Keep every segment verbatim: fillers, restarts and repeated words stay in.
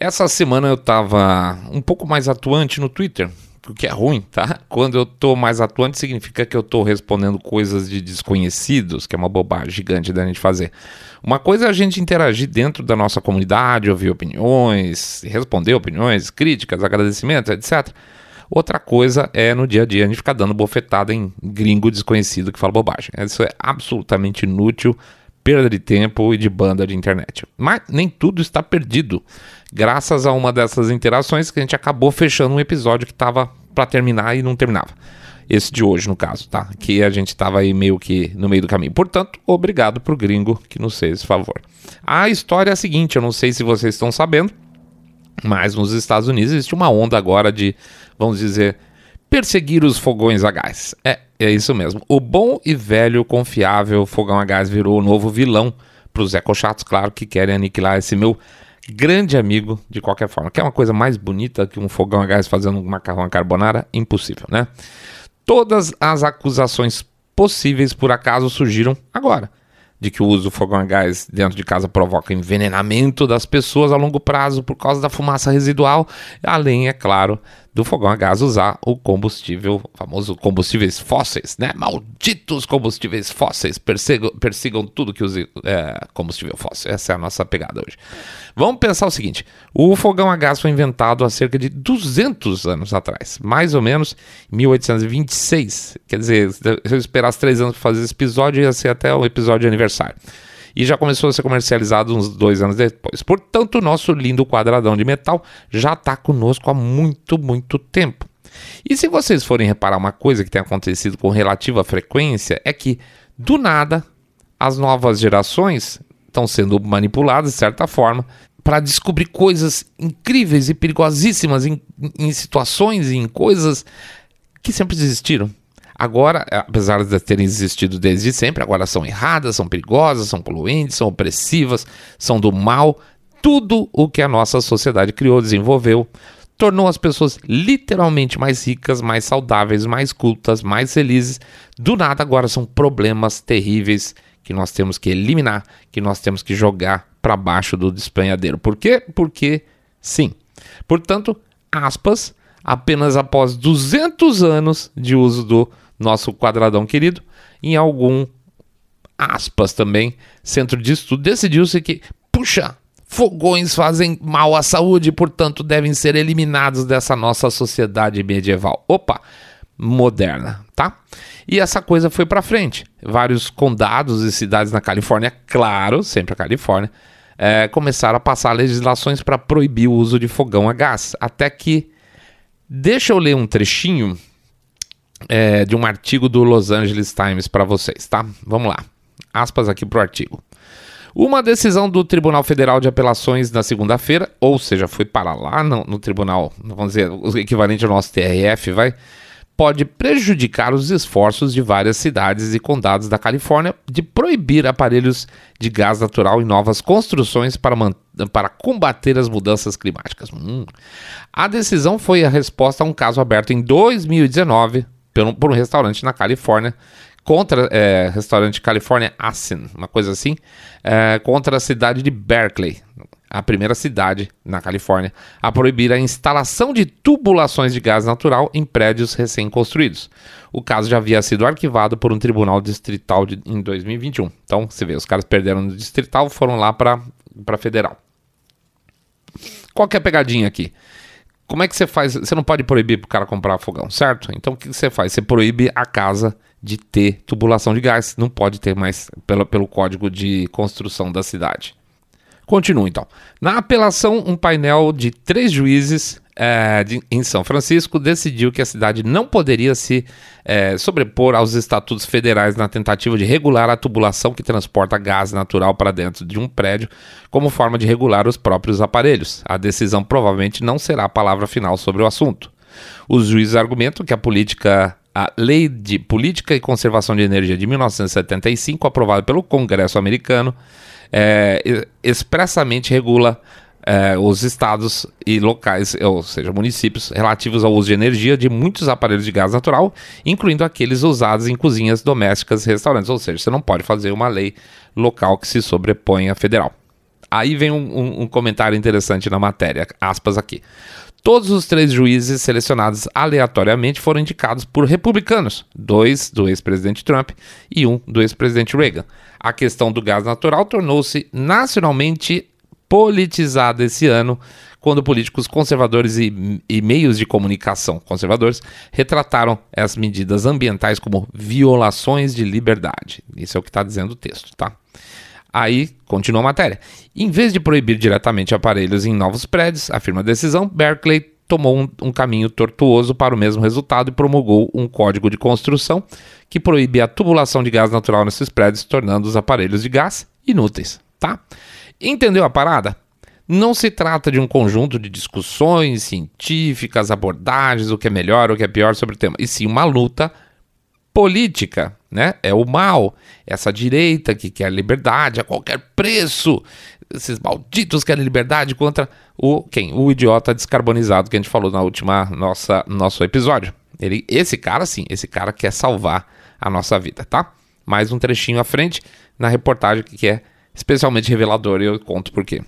Essa semana eu tava um pouco mais atuante no Twitter, o que é ruim, tá? Quando eu tô mais atuante significa que eu tô respondendo coisas de desconhecidos, que é uma bobagem gigante da gente fazer. Uma coisa é a gente interagir dentro da nossa comunidade, ouvir opiniões, responder opiniões, críticas, agradecimentos, etcétera. Outra coisa é no dia a dia a gente ficar dando bofetada em gringo desconhecido que fala bobagem. Isso é absolutamente inútil, perda de tempo e de banda de internet. Mas nem tudo está perdido. Graças a uma dessas interações que a gente acabou fechando um episódio que estava para terminar e não terminava. Esse de hoje, no caso, tá? Que a gente estava aí meio que no meio do caminho. Portanto, obrigado pro gringo que nos fez esse favor. A história é a seguinte, eu não sei se vocês estão sabendo, mas nos Estados Unidos existe uma onda agora de, vamos dizer, perseguir os fogões a gás. É, é isso mesmo. O bom e velho confiável fogão a gás virou o novo vilão para os ecochatos, claro, que querem aniquilar esse meu grande amigo de qualquer forma. Quer uma coisa mais bonita que um fogão a gás fazendo um macarrão à carbonara? Impossível, né? Todas as acusações possíveis, por acaso, surgiram agora. De que o uso do fogão a gás dentro de casa provoca envenenamento das pessoas a longo prazo por causa da fumaça residual, além, é claro, do fogão a gás usar o combustível, o famoso combustíveis fósseis, né? Malditos combustíveis fósseis, persigam, persigam tudo que use é, combustível fóssil. Essa é a nossa pegada hoje. Vamos pensar o seguinte, o fogão a gás foi inventado há cerca de duzentos anos atrás, mais ou menos em mil oitocentos e vinte e seis, quer dizer, se eu esperasse três anos para fazer esse episódio, ia ser até o episódio de aniversário. E já começou a ser comercializado uns dois anos depois. Portanto, o nosso lindo quadradão de metal já está conosco há muito, muito tempo. E se vocês forem reparar uma coisa que tem acontecido com relativa frequência, é que, do nada, as novas gerações estão sendo manipuladas, de certa forma, para descobrir coisas incríveis e perigosíssimas em, em situações e em coisas que sempre existiram. Agora, apesar de terem existido desde sempre, agora são erradas, são perigosas, são poluentes, são opressivas, são do mal. Tudo o que a nossa sociedade criou, desenvolveu, tornou as pessoas literalmente mais ricas, mais saudáveis, mais cultas, mais felizes. Do nada agora são problemas terríveis que nós temos que eliminar, que nós temos que jogar para baixo do despenhadeiro. Por quê? Porque sim. Portanto, aspas, apenas após duzentos anos de uso do nosso quadradão querido, em algum, aspas também, centro de estudo, decidiu-se que, puxa, fogões fazem mal à saúde, portanto devem ser eliminados dessa nossa sociedade medieval. Opa, moderna, tá? E essa coisa foi para frente. Vários condados e cidades na Califórnia, claro, sempre a Califórnia, é, começaram a passar legislações para proibir o uso de fogão a gás. Até que, deixa eu ler um trechinho é, de um artigo do Los Angeles Times para vocês, tá? Vamos lá. Aspas aqui para o artigo. Uma decisão do Tribunal Federal de Apelações na segunda-feira, ou seja, foi para lá no, no tribunal, vamos dizer, o equivalente ao nosso T R F, vai, pode prejudicar os esforços de várias cidades e condados da Califórnia de proibir aparelhos de gás natural em novas construções para, man- para combater as mudanças climáticas. Hum. A decisão foi a resposta a um caso aberto em dois mil e dezenove por um, por um restaurante na Califórnia, contra é, restaurante California Asin, uma coisa assim, é, contra a cidade de Berkeley, a primeira cidade na Califórnia, a proibir a instalação de tubulações de gás natural em prédios recém-construídos. O caso já havia sido arquivado por um tribunal distrital de, em dois mil e vinte e um. Então, você vê, os caras perderam no distrital, foram lá para para federal. Qual que é a pegadinha aqui? Como é que você faz? Você não pode proibir para o cara comprar fogão, certo? Então, o que você faz? Você proíbe a casa de ter tubulação de gás. Não pode ter mais pelo, pelo código de construção da cidade. Continua, então. Na apelação, um painel de três juízes é, de, em São Francisco decidiu que a cidade não poderia se é, sobrepor aos estatutos federais na tentativa de regular a tubulação que transporta gás natural para dentro de um prédio como forma de regular os próprios aparelhos. A decisão provavelmente não será a palavra final sobre o assunto. Os juízes argumentam que a política... A Lei de Política e Conservação de Energia de mil novecentos e setenta e cinco, aprovada pelo Congresso americano, é, expressamente regula é, os estados e locais, ou seja, municípios, relativos ao uso de energia de muitos aparelhos de gás natural, incluindo aqueles usados em cozinhas domésticas e restaurantes. Ou seja, você não pode fazer uma lei local que se sobreponha à federal. Aí vem um, um, um comentário interessante na matéria, aspas aqui. Todos os três juízes selecionados aleatoriamente foram indicados por republicanos, dois do ex-presidente Trump e um do ex-presidente Reagan. A questão do gás natural tornou-se nacionalmente politizada esse ano, quando políticos conservadores e, e meios de comunicação conservadores retrataram as medidas ambientais como violações de liberdade. Isso é o que está dizendo o texto, tá? Aí, continua a matéria. Em vez de proibir diretamente aparelhos em novos prédios, afirma a decisão, Berkeley tomou um, um caminho tortuoso para o mesmo resultado e promulgou um código de construção que proíbe a tubulação de gás natural nesses prédios, tornando os aparelhos de gás inúteis, tá? Entendeu a parada? Não se trata de um conjunto de discussões científicas, abordagens, o que é melhor, o que é pior sobre o tema, e sim uma luta política, né? É o mal, essa direita que quer liberdade a qualquer preço, esses malditos querem liberdade contra o quem? O idiota descarbonizado que a gente falou na última nossa nosso episódio. Ele, esse cara sim, esse cara quer salvar a nossa vida, tá? Mais um trechinho à frente na reportagem que é especialmente revelador e eu conto por quê.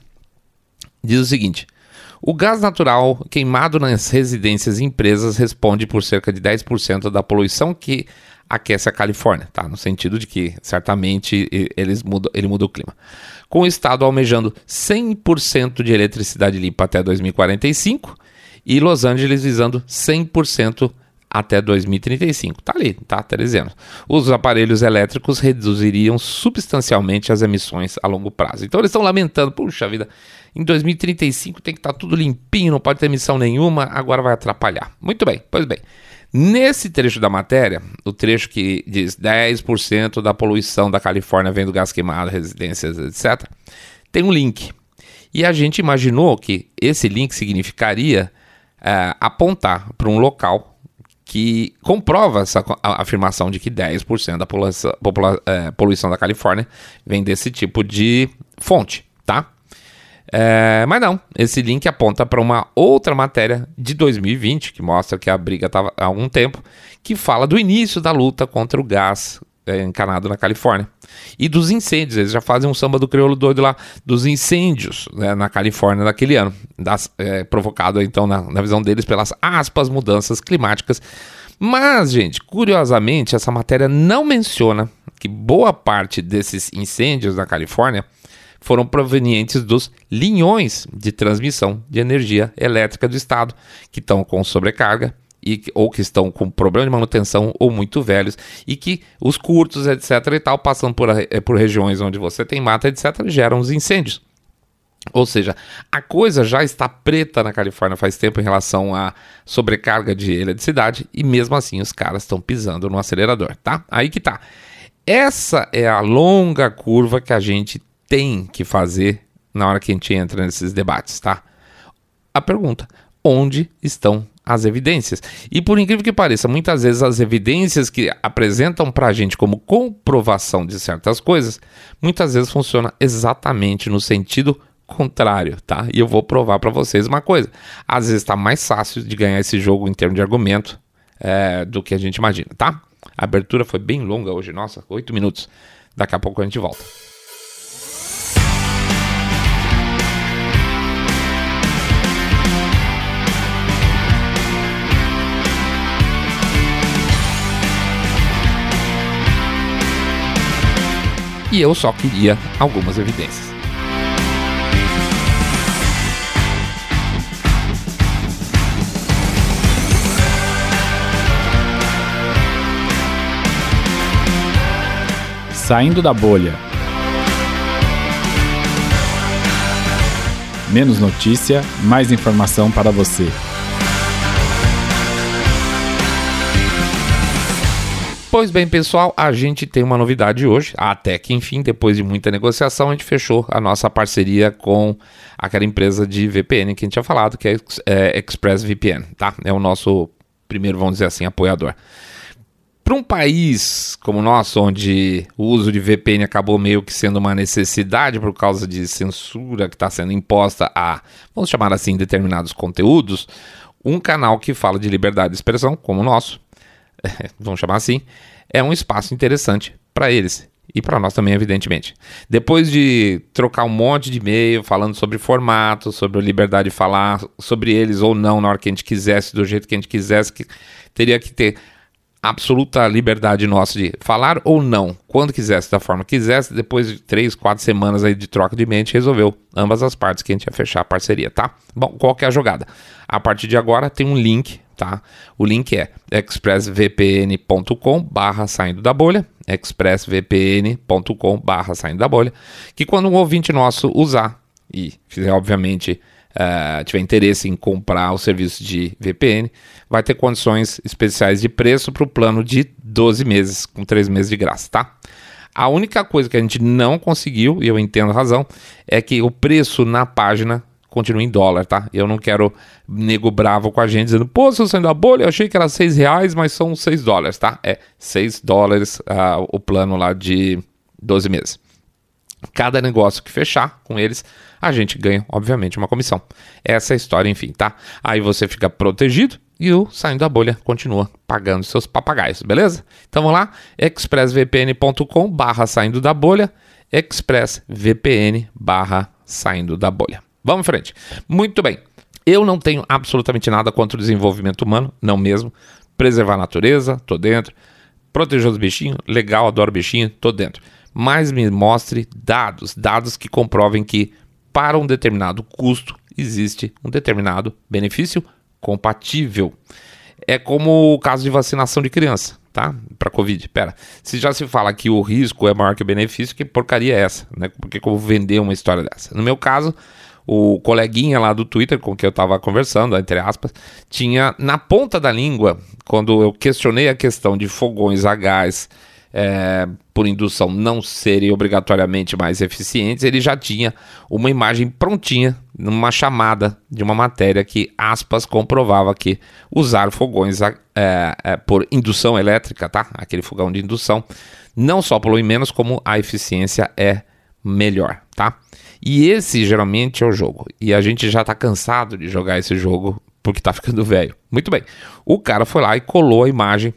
Diz o seguinte: o gás natural queimado nas residências e empresas responde por cerca de dez por cento da poluição que aquece a Califórnia, tá? No sentido de que certamente eles mudam, ele muda o clima. Com o estado almejando cem por cento de eletricidade limpa até dois mil e quarenta e cinco e Los Angeles visando cem por cento até dois mil e trinta e cinco. Tá ali, tá? Tá dizendo. Os aparelhos elétricos reduziriam substancialmente as emissões a longo prazo. Então eles estão lamentando, puxa vida, em dois mil e trinta e cinco tem que estar tudo limpinho, não pode ter emissão nenhuma, agora vai atrapalhar. Muito bem, pois bem. Nesse trecho da matéria, o trecho que diz dez por cento da poluição da Califórnia vem do gás queimado, residências, etcétera, tem um link. E a gente imaginou que esse link significaria é, apontar para um local que comprova essa a, afirmação de que dez por cento da poluição, popula, é, poluição da Califórnia vem desse tipo de fonte, tá? É, mas não, esse link aponta para uma outra matéria de dois mil e vinte, que mostra que a briga estava há algum tempo, que fala do início da luta contra o gás é, encanado na Califórnia. E dos incêndios, eles já fazem um samba do crioulo doido lá, dos incêndios né, na Califórnia naquele ano, das, é, provocado então na, na visão deles pelas aspas mudanças climáticas. Mas, gente, curiosamente, essa matéria não menciona que boa parte desses incêndios na Califórnia foram provenientes dos linhões de transmissão de energia elétrica do estado, que estão com sobrecarga, e, ou que estão com problema de manutenção, ou muito velhos, e que os curtos, etc e tal, passando por, por regiões onde você tem mata, etcétera, geram os incêndios. Ou seja, a coisa já está preta na Califórnia faz tempo em relação à sobrecarga de eletricidade, e mesmo assim os caras estão pisando no acelerador, tá? Aí que tá. Essa é a longa curva que a gente tem que fazer na hora que a gente entra nesses debates, tá? A pergunta: onde estão as evidências? E por incrível que pareça, muitas vezes as evidências que apresentam pra gente como comprovação de certas coisas, muitas vezes funciona exatamente no sentido contrário, tá? E eu vou provar pra vocês uma coisa: às vezes tá mais fácil de ganhar esse jogo em termos de argumento é, do que a gente imagina, tá? A abertura foi bem longa hoje, nossa, oito minutos. Daqui a pouco a gente volta. E eu só queria algumas evidências. Saindo da bolha. Menos notícia, mais informação para você. Pois bem, pessoal, a gente tem uma novidade hoje, até que enfim, depois de muita negociação, a gente fechou a nossa parceria com aquela empresa de V P N que a gente tinha falado, que é, é ExpressVPN, tá? É o nosso primeiro, vamos dizer assim, apoiador. Para um país como o nosso, onde o uso de V P N acabou meio que sendo uma necessidade por causa de censura que está sendo imposta a, vamos chamar assim, determinados conteúdos, um canal que fala de liberdade de expressão, como o nosso, vamos chamar assim, é um espaço interessante para eles. E para nós também, evidentemente. Depois de trocar um monte de e-mail falando sobre formato, sobre a liberdade de falar sobre eles ou não na hora que a gente quisesse, do jeito que a gente quisesse, que teria que ter absoluta liberdade nossa de falar ou não, quando quisesse, da forma que quisesse. Depois de três, quatro semanas aí de troca de e-mail, a gente resolveu, ambas as partes, que a gente ia fechar a parceria, tá? Bom, qual que é a jogada? A partir de agora tem um link, tá? O link é expressvpn.com barra saindo da bolha, expressvpn.com barra saindo da bolha, que quando um ouvinte nosso usar e fizer, obviamente, uh, tiver interesse em comprar o serviço de V P N, vai ter condições especiais de preço para o plano de doze meses, com três meses de graça, tá? A única coisa que a gente não conseguiu, e eu entendo a razão, é que o preço na página continua em dólar, tá? Eu não quero nego bravo com a gente dizendo, pô, se eu saindo da bolha, eu achei que era seis reais, mas são seis dólares, tá? É seis dólares uh, o plano lá de doze meses. Cada negócio que fechar com eles, a gente ganha, obviamente, uma comissão. Essa é a história, enfim, tá? Aí você fica protegido e o Saindo da Bolha continua pagando seus papagaios, beleza? Então vamos lá, expressvpn.com barra Saindo da Bolha, expressvpn barra Saindo da Bolha. Vamos em frente. Muito bem. Eu não tenho absolutamente nada contra o desenvolvimento humano, não mesmo. Preservar a natureza, tô dentro. Proteger os bichinhos, legal, adoro bichinho, tô dentro. Mas me mostre dados, dados que comprovem que para um determinado custo existe um determinado benefício compatível. É como o caso de vacinação de criança, tá? Para Covid. Pera, se já se fala que o risco é maior que o benefício, que porcaria é essa, né? Por que que eu vou vender uma história dessa? No meu caso, o coleguinha lá do Twitter com quem eu estava conversando, entre aspas, tinha na ponta da língua, quando eu questionei a questão de fogões a gás é, por indução não serem obrigatoriamente mais eficientes, ele já tinha uma imagem prontinha, numa chamada de uma matéria que, aspas, comprovava que usar fogões é, é, por indução elétrica, tá? Aquele fogão de indução, não só polui menos, como a eficiência é melhor, tá? E esse geralmente é o jogo. E a gente já tá cansado de jogar esse jogo porque tá ficando velho. Muito bem. O cara foi lá e colou a imagem,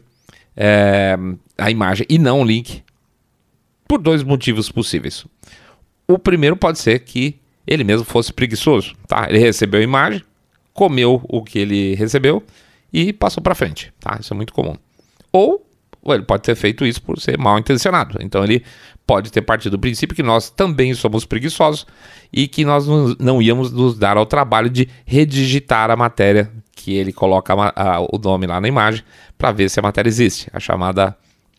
é, a imagem e não o link, por dois motivos possíveis. O primeiro pode ser que ele mesmo fosse preguiçoso, tá? Ele recebeu a imagem, comeu o que ele recebeu e passou para frente, tá? Isso é muito comum. Ou, ou ele pode ter feito isso por ser mal intencionado. Então ele pode ter partido do princípio que nós também somos preguiçosos e que nós não íamos nos dar ao trabalho de redigitar a matéria que ele coloca a, a, o nome lá na imagem para ver se a matéria existe. A chamada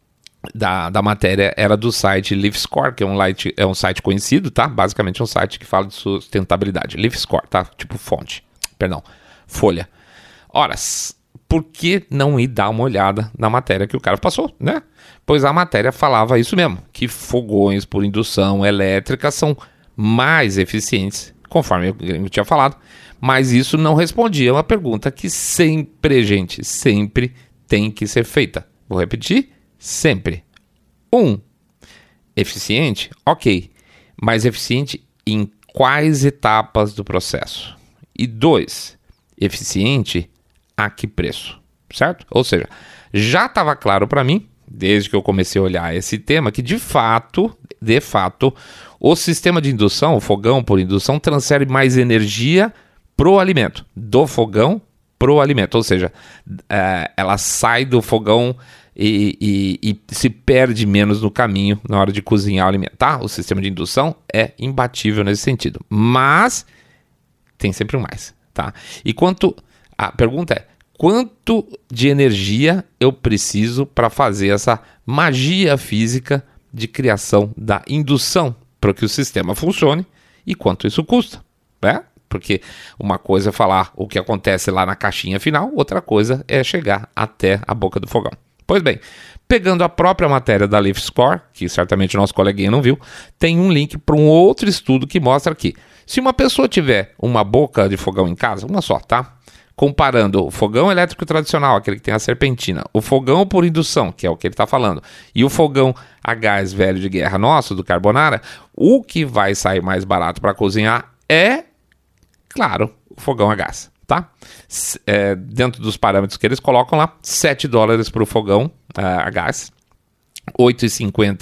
da, da matéria era do site LeafScore, que é um, light, é um site conhecido, tá? Basicamente é um site que fala de sustentabilidade. LeafScore, tá? Tipo fonte, perdão, folha. Ora, por que não ir dar uma olhada na matéria que o cara passou, né? Pois a matéria falava isso mesmo, que fogões por indução elétrica são mais eficientes, conforme eu tinha falado, mas isso não respondia a uma pergunta que sempre, gente, sempre tem que ser feita. Vou repetir, sempre. Um, eficiente? Ok, mas eficiente em quais etapas do processo? E dois, eficiente a que preço, certo? Ou seja, já estava claro para mim, desde que eu comecei a olhar esse tema, que de fato, de fato, o sistema de indução, o fogão por indução, transfere mais energia pro alimento, do fogão pro alimento, ou seja, é, ela sai do fogão e, e, e se perde menos no caminho na hora de cozinhar o alimento, tá? O sistema de indução é imbatível nesse sentido, mas tem sempre um mais, tá? E quanto... A pergunta é, quanto de energia eu preciso para fazer essa magia física de criação da indução para que o sistema funcione e quanto isso custa, né? Porque uma coisa é falar o que acontece lá na caixinha final, outra coisa é chegar até a boca do fogão. Pois bem, pegando a própria matéria da LeafScore, que certamente o nosso coleguinha não viu, tem um link para um outro estudo que mostra que se uma pessoa tiver uma boca de fogão em casa, uma só, tá? Comparando o fogão elétrico tradicional, aquele que tem a serpentina, o fogão por indução, que é o que ele está falando, e o fogão a gás velho de guerra nosso, do Carbonara, o que vai sair mais barato para cozinhar é, claro, o fogão a gás, tá? É, dentro dos parâmetros que eles colocam lá, sete dólares para o fogão uh, a gás, oito reais e cinquenta centavos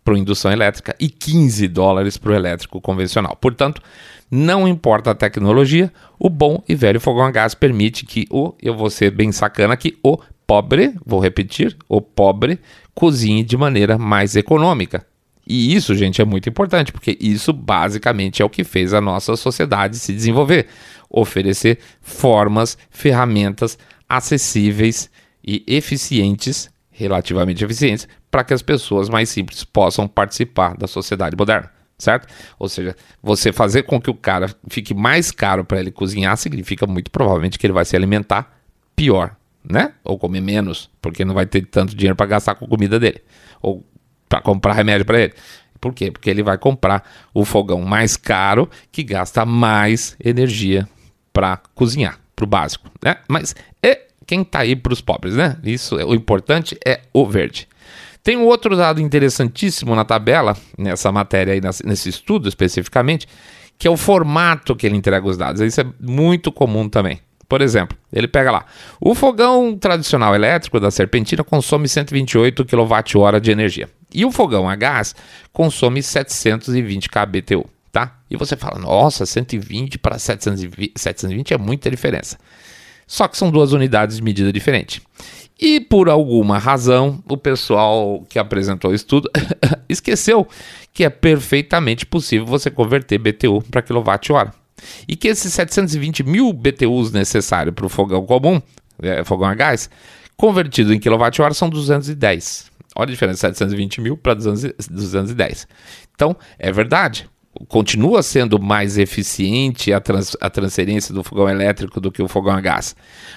para a indução elétrica e quinze dólares para o elétrico convencional. Portanto, não importa a tecnologia, o bom e velho fogão a gás permite que o, eu vou ser bem sacana aqui, o pobre, vou repetir, o pobre cozinhe de maneira mais econômica. E isso, gente, é muito importante, porque isso basicamente é o que fez a nossa sociedade se desenvolver. Oferecer formas, ferramentas acessíveis e eficientes, relativamente eficientes, para que as pessoas mais simples possam participar da sociedade moderna, certo? Ou seja, você fazer com que o cara fique mais caro para ele cozinhar significa muito provavelmente que ele vai se alimentar pior, né? Ou comer menos, porque não vai ter tanto dinheiro para gastar com a comida dele. Ou para comprar remédio para ele. Por quê? Porque ele vai comprar o fogão mais caro que gasta mais energia para cozinhar, para o básico, né? Mas é quem está aí para os pobres, né? Isso, o importante é o verde. Tem um outro dado interessantíssimo na tabela, nessa matéria aí, nesse estudo especificamente, que é o formato que ele entrega os dados. Isso é muito comum também. Por exemplo, ele pega lá, o fogão tradicional elétrico da Serpentina consome cento e vinte e oito quilowatt-hora de energia. E o fogão a gás consome setecentos e vinte quilowatt-hora B T U, tá? E você fala, nossa, cento e vinte para setecentos e vinte é muita diferença. Só que são duas unidades de medida diferentes. E por alguma razão, o pessoal que apresentou o estudo esqueceu que é perfeitamente possível você converter B T U para quilowatt-hora. E que esses setecentos e vinte mil B T Us necessários para o fogão comum, é, fogão a gás, convertido em quilowatt-hora são duzentos e dez. Olha a diferença, setecentos e vinte mil para duzentos e dez. Então, é verdade, continua sendo mais eficiente a, trans, a transferência do fogão elétrico do que o fogão a gás,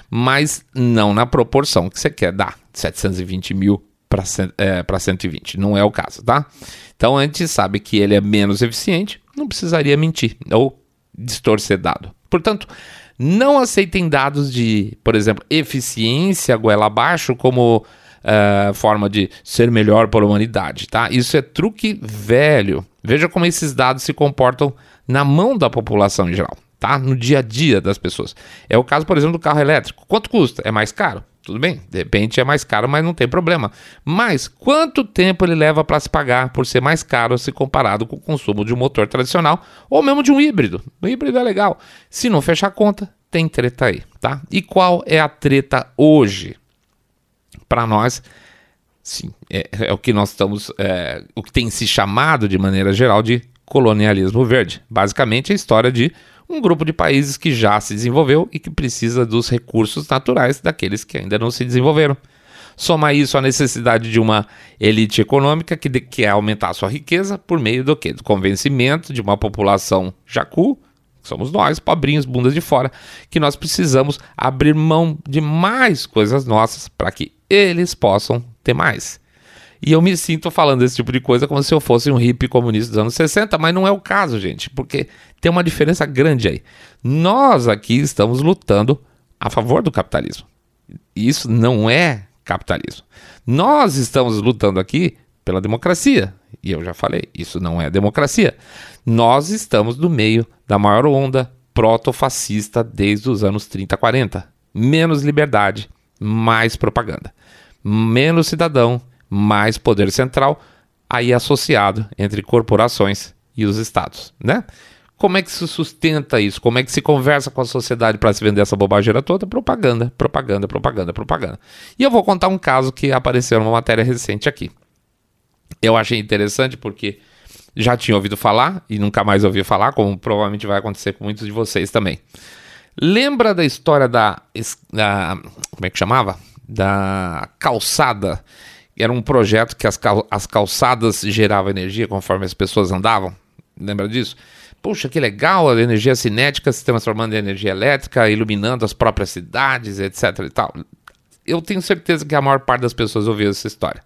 mas não na proporção que você quer dar, setecentos e vinte mil para é, cento e vinte, não é o caso, tá? Então, a gente sabe que ele é menos eficiente, não precisaria mentir, ou distorcer dado. Portanto, não aceitem dados de, por exemplo, eficiência goela abaixo como uh, forma de ser melhor para a humanidade, tá? Isso é truque velho. Veja como esses dados se comportam na mão da população em geral, tá? No dia a dia das pessoas. É o caso, por exemplo, do carro elétrico. Quanto custa? É mais caro? Tudo bem, de repente é mais caro, mas não tem problema. Mas quanto tempo ele leva para se pagar por ser mais caro se comparado com o consumo de um motor tradicional ou mesmo de um híbrido? O híbrido é legal. Se não fechar a conta, tem treta aí, tá? E qual é a treta hoje? Para nós, sim, é, é o que nós estamos, é, o que tem se chamado de maneira geral de colonialismo verde. Basicamente a história de um grupo de países que já se desenvolveu e que precisa dos recursos naturais daqueles que ainda não se desenvolveram. Soma isso à necessidade de uma elite econômica que de, quer aumentar a sua riqueza por meio do quê? Do convencimento de uma população jacu, que somos nós, pobrinhos, bundas de fora, que nós precisamos abrir mão de mais coisas nossas para que eles possam ter mais. E eu me sinto falando esse tipo de coisa como se eu fosse um hippie comunista dos anos sessenta, mas não é o caso, gente, porque tem uma diferença grande aí. Nós aqui estamos lutando a favor do capitalismo. Isso não é capitalismo. Nós estamos lutando aqui pela democracia. E eu já falei, isso não é democracia. Nós estamos no meio da maior onda proto-fascista desde os anos trinta, quarenta. Menos liberdade, mais propaganda. Menos cidadão, mais poder central, aí associado entre corporações e os estados, né? Como é que se sustenta isso? Como é que se conversa com a sociedade para se vender essa bobageira toda? Propaganda, propaganda, propaganda, propaganda. E eu vou contar um caso que apareceu numa matéria recente aqui. Eu achei interessante porque já tinha ouvido falar e nunca mais ouvi falar, como provavelmente vai acontecer com muitos de vocês também. Lembra da história da, da como é que chamava? Da calçada. Era um projeto que as, cal- as calçadas geravam energia conforme as pessoas andavam. Lembra disso? Puxa, que legal, a energia cinética se transformando em energia elétrica, iluminando as próprias cidades, etc e tal. Eu tenho certeza que a maior parte das pessoas ouviu essa história.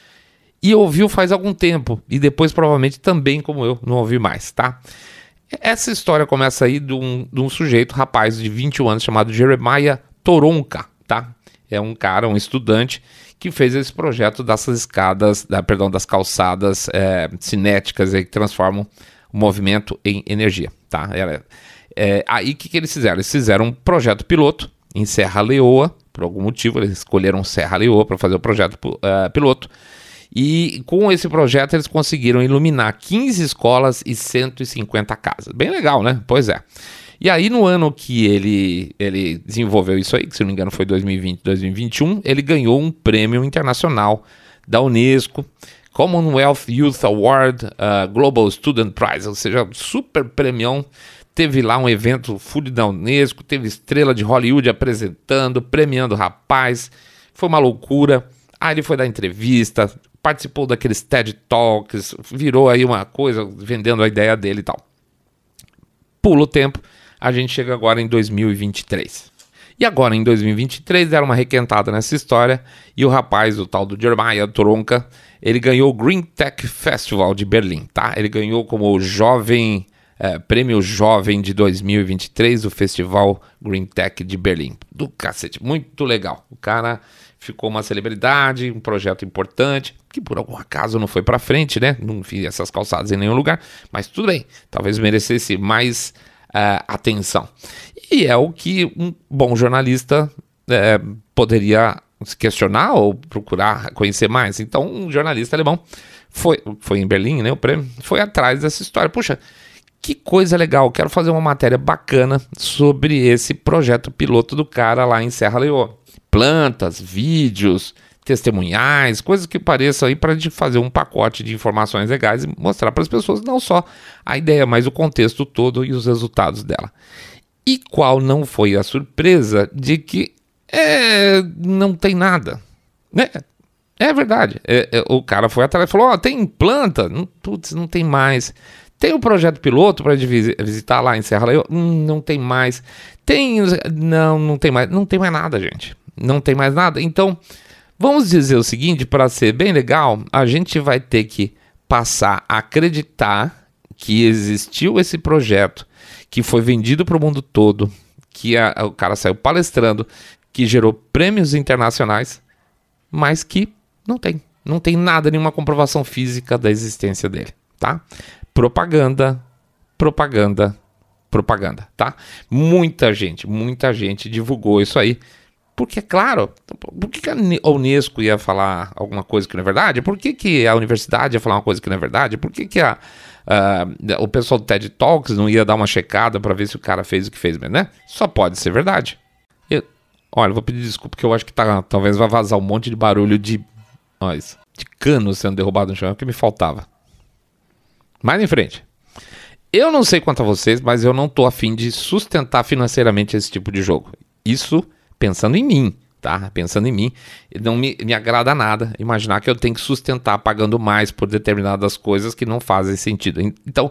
E ouviu faz algum tempo, e depois provavelmente também, como eu, não ouvi mais, tá? Essa história começa aí de um, de um sujeito, rapaz de vinte e um anos, chamado Jeremiah Toronka, tá? É um cara, um estudante, que fez esse projeto dessas escadas, da, perdão, das calçadas é, cinéticas aí, que transformam o movimento em energia, tá? Era, é, aí o que, que eles fizeram? Eles fizeram um projeto piloto em Serra Leoa, por algum motivo eles escolheram Serra Leoa para fazer o projeto uh, piloto, E com esse projeto eles conseguiram iluminar quinze escolas e cento e cinquenta casas. Bem legal, né? Pois é. E aí no ano que ele, ele desenvolveu isso aí, que se não me engano foi dois mil e vinte, dois mil e vinte e um, ele ganhou um prêmio internacional da Unesco, Commonwealth Youth Award, uh, Global Student Prize, ou seja, super premião. Teve lá um evento full da Unesco, teve estrela de Hollywood apresentando, premiando o rapaz, foi uma loucura. Aí ele foi dar entrevista, participou daqueles TED Talks, virou aí uma coisa, vendendo a ideia dele e tal. Pula o tempo, a gente chega agora em dois mil e vinte e três. E agora em dois mil e vinte e três deram uma requentada nessa história e o rapaz, o tal do Jeremiah Tronca, ele ganhou o Green Tech Festival de Berlim, tá? Ele ganhou como jovem, é, prêmio jovem de dois mil e vinte e três do Festival Green Tech de Berlim. Do cacete, muito legal. O cara ficou uma celebridade, um projeto importante, que por algum acaso não foi pra frente, né? Não fiz essas calçadas em nenhum lugar, mas tudo bem, talvez merecesse mais uh, atenção. E é o que um bom jornalista uh, poderia se questionar ou procurar conhecer mais. Então, um jornalista alemão foi, foi em Berlim, né, o prêmio, foi atrás dessa história. Puxa, que coisa legal, quero fazer uma matéria bacana sobre esse projeto piloto do cara lá em Serra Leoa. Plantas, vídeos, testemunhais, coisas que pareçam aí para a gente fazer um pacote de informações legais e mostrar para as pessoas não só a ideia, mas o contexto todo e os resultados dela. E qual não foi a surpresa de que é, não tem nada, né? É verdade, é, é, o cara foi atrás e falou, ó, oh, tem planta? Não, putz, não tem mais. Tem um projeto piloto para visitar lá em Serra Leoa? Hum, não tem mais. Tem, não, não tem mais, não tem mais nada, gente. Não tem mais nada. Então, vamos dizer o seguinte, para ser bem legal, a gente vai ter que passar a acreditar que existiu esse projeto, que foi vendido para o mundo todo, que a, o cara saiu palestrando, que gerou prêmios internacionais, mas que não tem. Não tem nada, nenhuma comprovação física da existência dele, tá? Propaganda, propaganda, propaganda, tá? Muita gente, muita gente divulgou isso aí. Porque, claro, por que a Unesco ia falar alguma coisa que não é verdade? Por que, que a universidade ia falar uma coisa que não é verdade? Por que, que a, uh, o pessoal do TED Talks não ia dar uma checada para ver se o cara fez o que fez mesmo, né? Só pode ser verdade. Eu, olha, eu vou pedir desculpa porque eu acho que tá, talvez vai vazar um monte de barulho de, olha isso, de cano sendo derrubado no chão, é o que me faltava. Mais em frente. Eu não sei quanto a vocês, mas eu não tô afim de sustentar financeiramente esse tipo de jogo. Isso pensando em mim, tá? Pensando em mim, não me, me agrada nada imaginar que eu tenho que sustentar pagando mais por determinadas coisas que não fazem sentido. Então,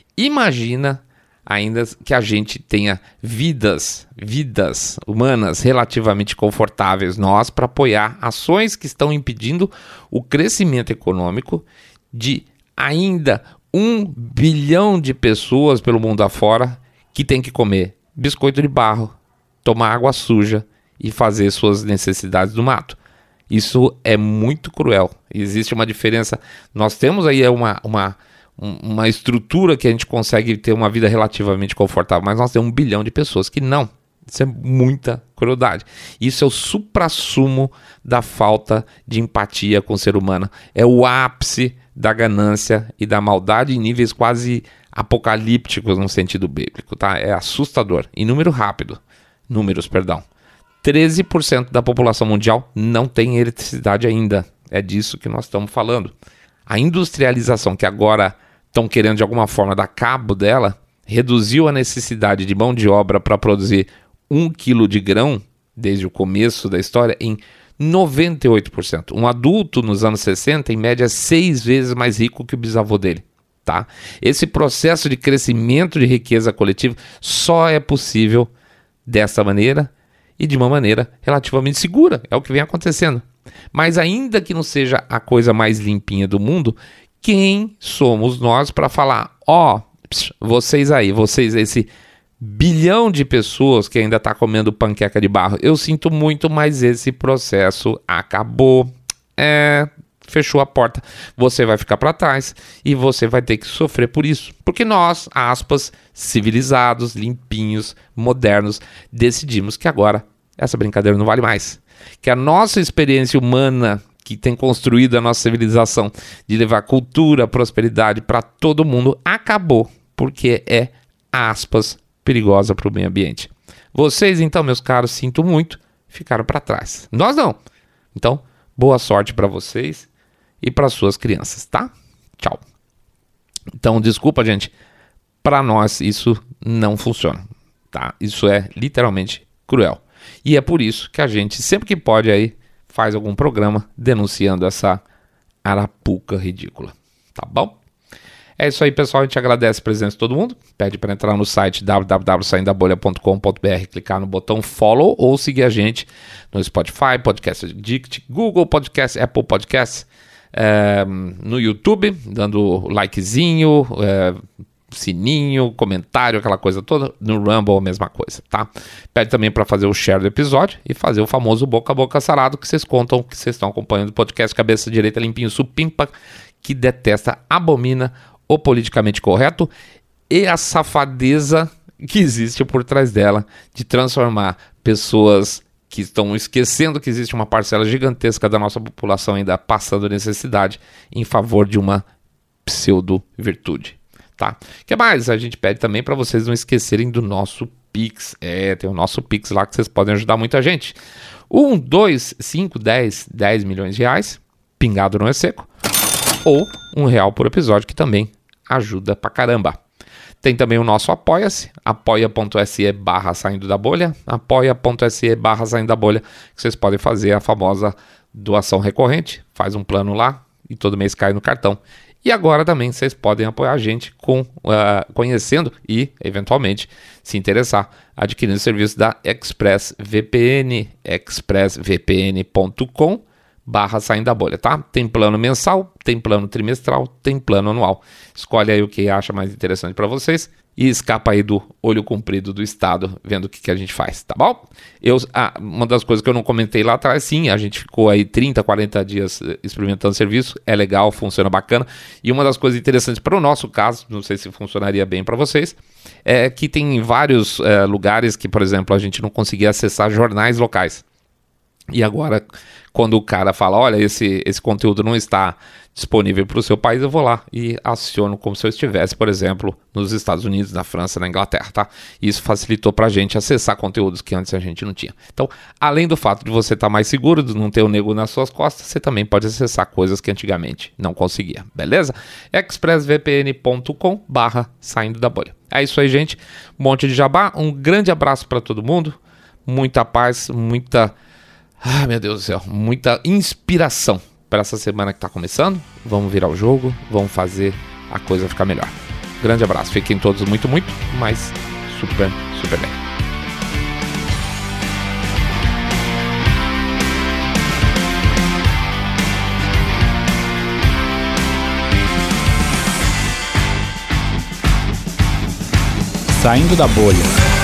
imagina ainda que a gente tenha vidas, vidas humanas relativamente confortáveis, nós, para apoiar ações que estão impedindo o crescimento econômico de ainda um bilhão de pessoas pelo mundo afora que tem que comer biscoito de barro, tomar água suja e fazer suas necessidades do mato. Isso é muito cruel. Existe uma diferença. Nós temos aí uma, uma, uma estrutura que a gente consegue ter uma vida relativamente confortável, mas nós temos um bilhão de pessoas que não. Isso é muita crueldade. Isso é o suprassumo da falta de empatia com o ser humano. É o ápice da ganância e da maldade em níveis quase apocalípticos no sentido bíblico, tá? É assustador. E número rápido. Números, perdão. treze por cento da população mundial não tem eletricidade ainda. É disso que nós estamos falando. A industrialização que agora estão querendo de alguma forma dar cabo dela, reduziu a necessidade de mão de obra para produzir um quilo de grão, desde o começo da história, em noventa e oito por cento. Um adulto nos anos sessenta, em média, seis vezes mais rico que o bisavô dele. Tá? Esse processo de crescimento de riqueza coletiva só é possível dessa maneira e de uma maneira relativamente segura. É o que vem acontecendo. Mas ainda que não seja a coisa mais limpinha do mundo, quem somos nós para falar, ó, oh, vocês aí, vocês, esse bilhão de pessoas que ainda está comendo panqueca de barro, eu sinto muito, mas esse processo acabou, é, fechou a porta, você vai ficar para trás e você vai ter que sofrer por isso, porque nós, aspas, civilizados, limpinhos, modernos, decidimos que agora essa brincadeira não vale mais, que a nossa experiência humana que tem construído a nossa civilização, de levar cultura, prosperidade para todo mundo, acabou, porque é, aspas, perigosa para o meio ambiente. Vocês, então, meus caros, sinto muito, ficaram para trás. Nós não. Então, boa sorte para vocês e para suas crianças, tá? Tchau. Então, desculpa, gente, para nós isso não funciona, tá? Isso é literalmente cruel. E é por isso que a gente, sempre que pode aí, faz algum programa denunciando essa arapuca ridícula, tá bom? É isso aí, pessoal, a gente agradece a presença de todo mundo, pede para entrar no site w w w ponto saindo da bolha ponto com ponto b r, clicar no botão follow ou seguir a gente no Spotify, Podcast Addict, Google Podcast, Apple Podcasts, é, no YouTube, dando likezinho, é, sininho, comentário, aquela coisa toda. No Rumble a mesma coisa, tá? Pede também para fazer o share do episódio e fazer o famoso boca a boca sarado que vocês contam que vocês estão acompanhando o podcast Cabeça Direita Limpinho Supimpa, que detesta, abomina o politicamente correto e a safadeza que existe por trás dela de transformar pessoas que estão esquecendo que existe uma parcela gigantesca da nossa população ainda passando necessidade em favor de uma pseudo-virtude. Tá? O que mais? A gente pede também para vocês não esquecerem do nosso Pix. É, tem o nosso Pix lá que vocês podem ajudar muita gente. um, dois, cinco, dez, dez milhões de reais, pingado não é seco. Ou um real por episódio, que também ajuda pra caramba. Tem também o nosso Apoia-se, apoia.se barra saindo da bolha, apoia.se barra saindo da bolha, que vocês podem fazer a famosa doação recorrente, faz um plano lá e todo mês cai no cartão. E agora também vocês podem apoiar a gente com, uh, conhecendo e, eventualmente, se interessar, adquirindo o serviço da ExpressVPN, express v p n ponto com barra saindo da bolha, tá? Tem plano mensal, tem plano trimestral, tem plano anual. Escolhe aí o que acha mais interessante para vocês e escapa aí do olho comprido do Estado, vendo o que, que a gente faz, tá bom? Eu, ah, uma das coisas que eu não comentei lá atrás, sim, a gente ficou aí trinta, quarenta dias experimentando o serviço, é legal, funciona bacana, e uma das coisas interessantes para o nosso caso, não sei se funcionaria bem para vocês, é que tem vários é, lugares que, por exemplo, a gente não conseguia acessar jornais locais. E agora, quando o cara fala, olha, esse, esse conteúdo não está disponível para o seu país, eu vou lá e aciono como se eu estivesse, por exemplo, nos Estados Unidos, na França, na Inglaterra, tá? Isso facilitou para a gente acessar conteúdos que antes a gente não tinha. Então, além do fato de você estar tá mais seguro, de não ter o nego nas suas costas, você também pode acessar coisas que antigamente não conseguia, beleza? express v p n ponto com barra saindo da bolha. É isso aí, gente. Um monte de jabá. Um grande abraço para todo mundo. Muita paz, muita... Ah, meu Deus do céu, muita inspiração para essa semana que está começando. Vamos virar o jogo, vamos fazer a coisa ficar melhor. Grande abraço, fiquem todos muito, muito, mas super, super bem. Saindo da bolha.